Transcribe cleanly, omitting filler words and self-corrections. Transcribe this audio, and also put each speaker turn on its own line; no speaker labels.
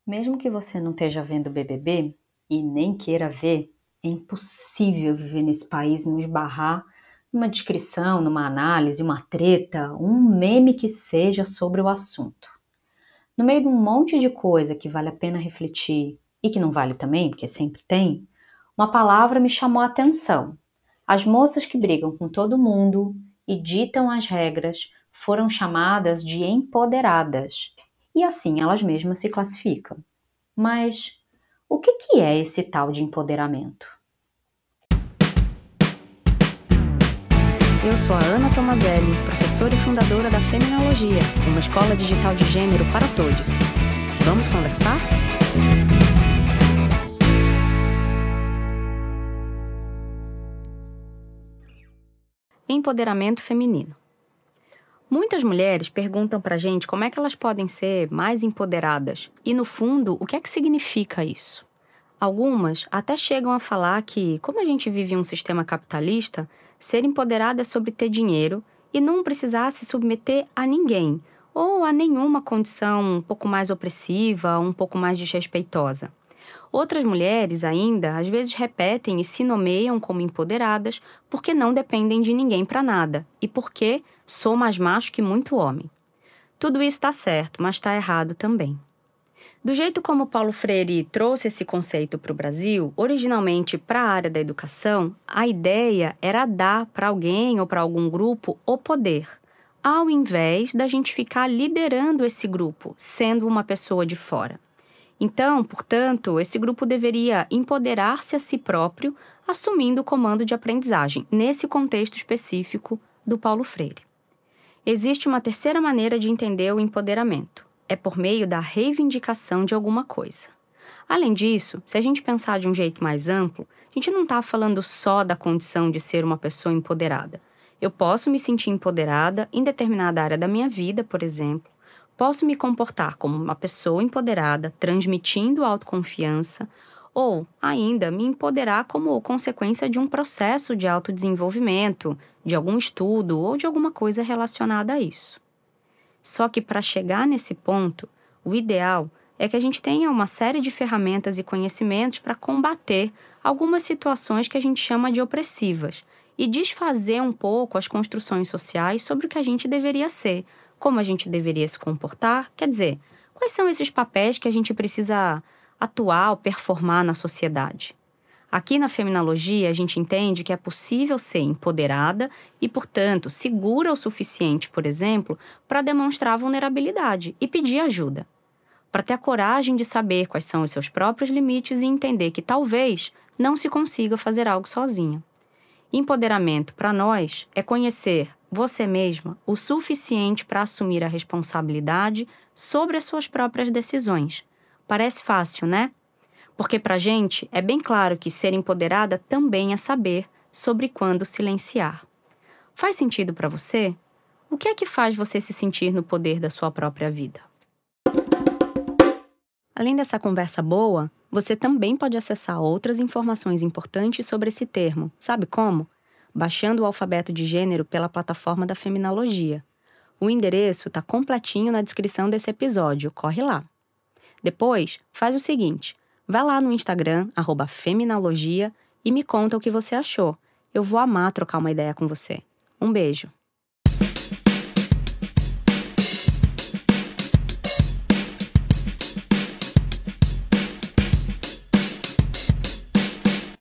Mesmo que você não esteja vendo o BBB e nem queira ver, é impossível viver nesse país e não esbarrar numa descrição, numa análise, uma treta, um meme que seja sobre o assunto. No meio de um monte de coisa que vale a pena refletir e que não vale também, porque sempre tem, uma palavra me chamou a atenção. As moças que brigam com todo mundo e ditam as regras foram chamadas de empoderadas. E assim elas mesmas se classificam. Mas o que é esse tal de empoderamento?
Eu sou a Ana Tomazelli, professora e fundadora da Feminologia, uma escola digital de gênero para todos. Vamos conversar? Empoderamento feminino. Muitas mulheres perguntam pra gente como é que elas podem ser mais empoderadas e, no fundo, o que é que significa isso? Algumas até chegam a falar que, como a gente vive em um sistema capitalista, ser empoderada é sobre ter dinheiro e não precisar se submeter a ninguém ou a nenhuma condição um pouco mais opressiva, um pouco mais desrespeitosa. Outras mulheres ainda, às vezes, repetem e se nomeiam como empoderadas porque não dependem de ninguém para nada e porque sou mais macho que muito homem. Tudo isso está certo, mas está errado também. Do jeito como Paulo Freire trouxe esse conceito para o Brasil, originalmente para a área da educação, a ideia era dar para alguém ou para algum grupo o poder, ao invés da gente ficar liderando esse grupo, sendo uma pessoa de fora. Então, portanto, esse grupo deveria empoderar-se a si próprio, assumindo o comando de aprendizagem, nesse contexto específico do Paulo Freire. Existe uma terceira maneira de entender o empoderamento. É por meio da reivindicação de alguma coisa. Além disso, se a gente pensar de um jeito mais amplo, a gente não está falando só da condição de ser uma pessoa empoderada. Eu posso me sentir empoderada em determinada área da minha vida, por exemplo. Posso me comportar como uma pessoa empoderada, transmitindo autoconfiança, ou ainda me empoderar como consequência de um processo de autodesenvolvimento, de algum estudo ou de alguma coisa relacionada a isso. Só que para chegar nesse ponto, o ideal é que a gente tenha uma série de ferramentas e conhecimentos para combater algumas situações que a gente chama de opressivas e desfazer um pouco as construções sociais sobre o que a gente deveria ser, como a gente deveria se comportar, quer dizer, quais são esses papéis que a gente precisa atuar ou performar na sociedade. Aqui na feminologia, a gente entende que é possível ser empoderada e, portanto, segura o suficiente, por exemplo, para demonstrar vulnerabilidade e pedir ajuda. Para ter a coragem de saber quais são os seus próprios limites e entender que talvez não se consiga fazer algo sozinha. Empoderamento, para nós, é conhecer você mesma o suficiente para assumir a responsabilidade sobre as suas próprias decisões. Parece fácil, né? Porque pra gente é bem claro que ser empoderada também é saber sobre quando silenciar. Faz sentido pra você? O que é que faz você se sentir no poder da sua própria vida? Além dessa conversa boa, você também pode acessar outras informações importantes sobre esse termo. Sabe como? Baixando o alfabeto de gênero pela plataforma da Feminologia. O endereço está completinho na descrição desse episódio, corre lá. Depois, faz o seguinte. Vai lá no Instagram, @feminalogia, e me conta o que você achou. Eu vou amar trocar uma ideia com você. Um beijo!